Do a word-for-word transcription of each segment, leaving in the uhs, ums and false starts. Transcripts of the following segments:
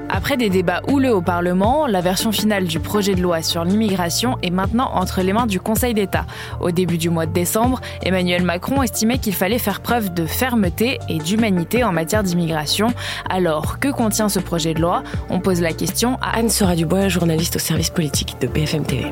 Après des débats houleux au Parlement, la version finale du projet de loi sur l'immigration est maintenant entre les mains du Conseil d'État. Au début du mois de décembre, Emmanuel Macron estimait qu'il fallait faire preuve de fermeté et d'humanité en matière d'immigration. Alors, que contient ce projet de loi ? On pose la question à Anne Sora-Dubois, journaliste au service politique de B F M T V.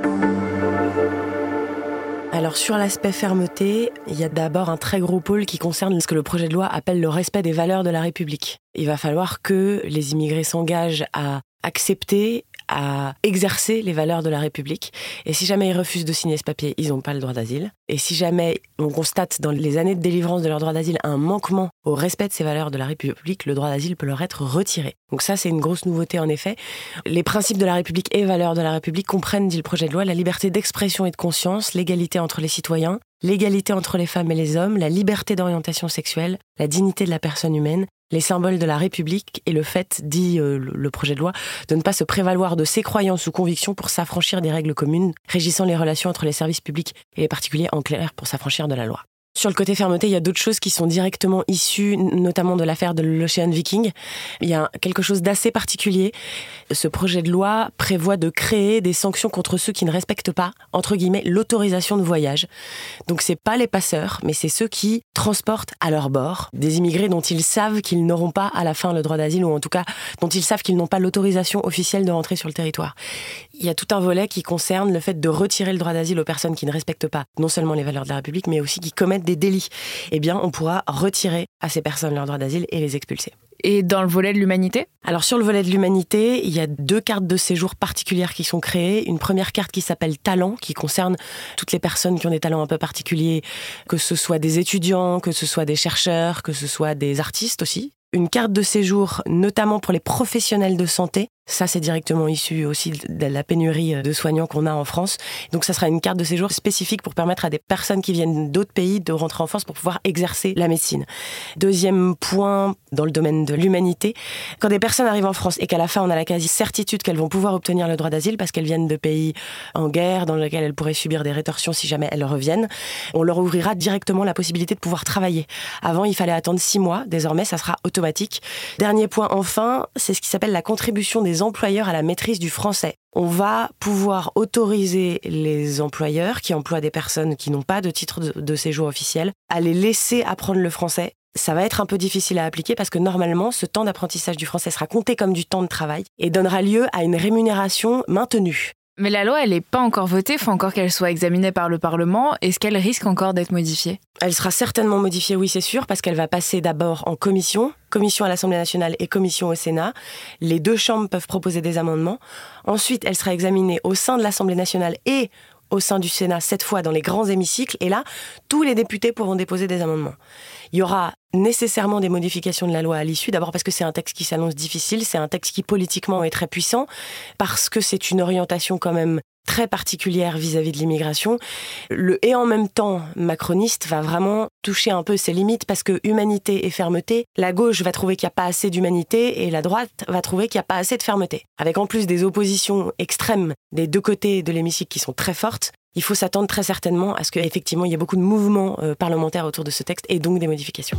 Alors sur l'aspect fermeté, il y a d'abord un très gros pôle qui concerne ce que le projet de loi appelle le respect des valeurs de la République. Il va falloir que les immigrés s'engagent à accepter, à exercer les valeurs de la République. Et si jamais ils refusent de signer ce papier, ils n'ont pas le droit d'asile. Et si jamais on constate dans les années de délivrance de leur droit d'asile un manquement au respect de ces valeurs de la République, le droit d'asile peut leur être retiré. Donc ça, c'est une grosse nouveauté en effet. Les principes de la République et valeurs de la République comprennent, dit le projet de loi, la liberté d'expression et de conscience, l'égalité entre les citoyens, l'égalité entre les femmes et les hommes, la liberté d'orientation sexuelle, la dignité de la personne humaine, les symboles de la République et le fait, dit euh, le projet de loi, de ne pas se prévaloir de ses croyances ou convictions pour s'affranchir des règles communes régissant les relations entre les services publics et les particuliers, en clair, pour s'affranchir de la loi. Sur le côté fermeté, il y a d'autres choses qui sont directement issues, notamment de l'affaire de l'Ocean Viking. Il y a quelque chose d'assez particulier. Ce projet de loi prévoit de créer des sanctions contre ceux qui ne respectent pas, entre guillemets, l'autorisation de voyage. Donc c'est pas les passeurs, mais c'est ceux qui transportent à leur bord des immigrés dont ils savent qu'ils n'auront pas à la fin le droit d'asile, ou en tout cas dont ils savent qu'ils n'ont pas l'autorisation officielle de rentrer sur le territoire. Il y a tout un volet qui concerne le fait de retirer le droit d'asile aux personnes qui ne respectent pas non seulement les valeurs de la République, mais aussi qui commettent des délits. Eh bien, on pourra retirer à ces personnes leur droit d'asile et les expulser. Et dans le volet de l'humanité ? Alors sur le volet de l'humanité, il y a deux cartes de séjour particulières qui sont créées. Une première carte qui s'appelle Talent, qui concerne toutes les personnes qui ont des talents un peu particuliers, que ce soit des étudiants, que ce soit des chercheurs, que ce soit des artistes aussi. Une carte de séjour, notamment pour les professionnels de santé. Ça, c'est directement issu aussi de la pénurie de soignants qu'on a en France. Donc, ça sera une carte de séjour spécifique pour permettre à des personnes qui viennent d'autres pays de rentrer en France pour pouvoir exercer la médecine. Deuxième point, dans le domaine de l'humanité, quand des personnes arrivent en France et qu'à la fin, on a la quasi-certitude qu'elles vont pouvoir obtenir le droit d'asile parce qu'elles viennent de pays en guerre dans lesquels elles pourraient subir des rétorsions si jamais elles reviennent, on leur ouvrira directement la possibilité de pouvoir travailler. Avant, il fallait attendre six mois. Désormais, ça sera automatique. Dernier point, enfin, c'est ce qui s'appelle la contribution des employeurs à la maîtrise du français. On va pouvoir autoriser les employeurs qui emploient des personnes qui n'ont pas de titre de, de séjour officiel à les laisser apprendre le français. Ça va être un peu difficile à appliquer parce que normalement, ce temps d'apprentissage du français sera compté comme du temps de travail et donnera lieu à une rémunération maintenue. Mais la loi, elle n'est pas encore votée, il faut encore qu'elle soit examinée par le Parlement. Est-ce qu'elle risque encore d'être modifiée ? Elle sera certainement modifiée, oui, c'est sûr, parce qu'elle va passer d'abord en commission, commission à l'Assemblée nationale et commission au Sénat. Les deux chambres peuvent proposer des amendements. Ensuite, elle sera examinée au sein de l'Assemblée nationale et au sein du Sénat, cette fois dans les grands hémicycles. Et là, tous les députés pourront déposer des amendements. Il y aura nécessairement des modifications de la loi à l'issue. D'abord parce que c'est un texte qui s'annonce difficile, c'est un texte qui politiquement est très puissant, parce que c'est une orientation quand même très particulière vis-à-vis de l'immigration. Le « et en même temps » macroniste va vraiment toucher un peu ses limites parce que humanité et fermeté, la gauche va trouver qu'il n'y a pas assez d'humanité et la droite va trouver qu'il n'y a pas assez de fermeté. Avec en plus des oppositions extrêmes des deux côtés de l'hémicycle qui sont très fortes, il faut s'attendre très certainement à ce qu'effectivement il y ait beaucoup de mouvements euh, parlementaires autour de ce texte et donc des modifications.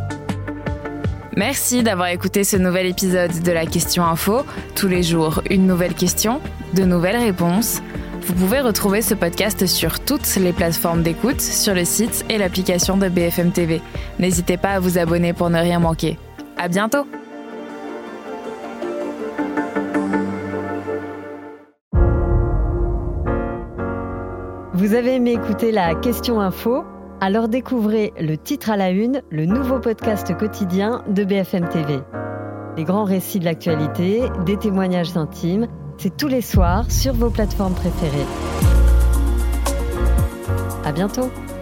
Merci d'avoir écouté ce nouvel épisode de la Question Info. Tous les jours, une nouvelle question, de nouvelles réponses. Vous pouvez retrouver ce podcast sur toutes les plateformes d'écoute, sur le site et l'application de B F M T V. N'hésitez pas à vous abonner pour ne rien manquer. À bientôt! Vous avez aimé écouter la Question Info ? Alors découvrez Le Titre à la Une, le nouveau podcast quotidien de B F M T V. Les grands récits de l'actualité, des témoignages intimes, c'est tous les soirs sur vos plateformes préférées. À bientôt!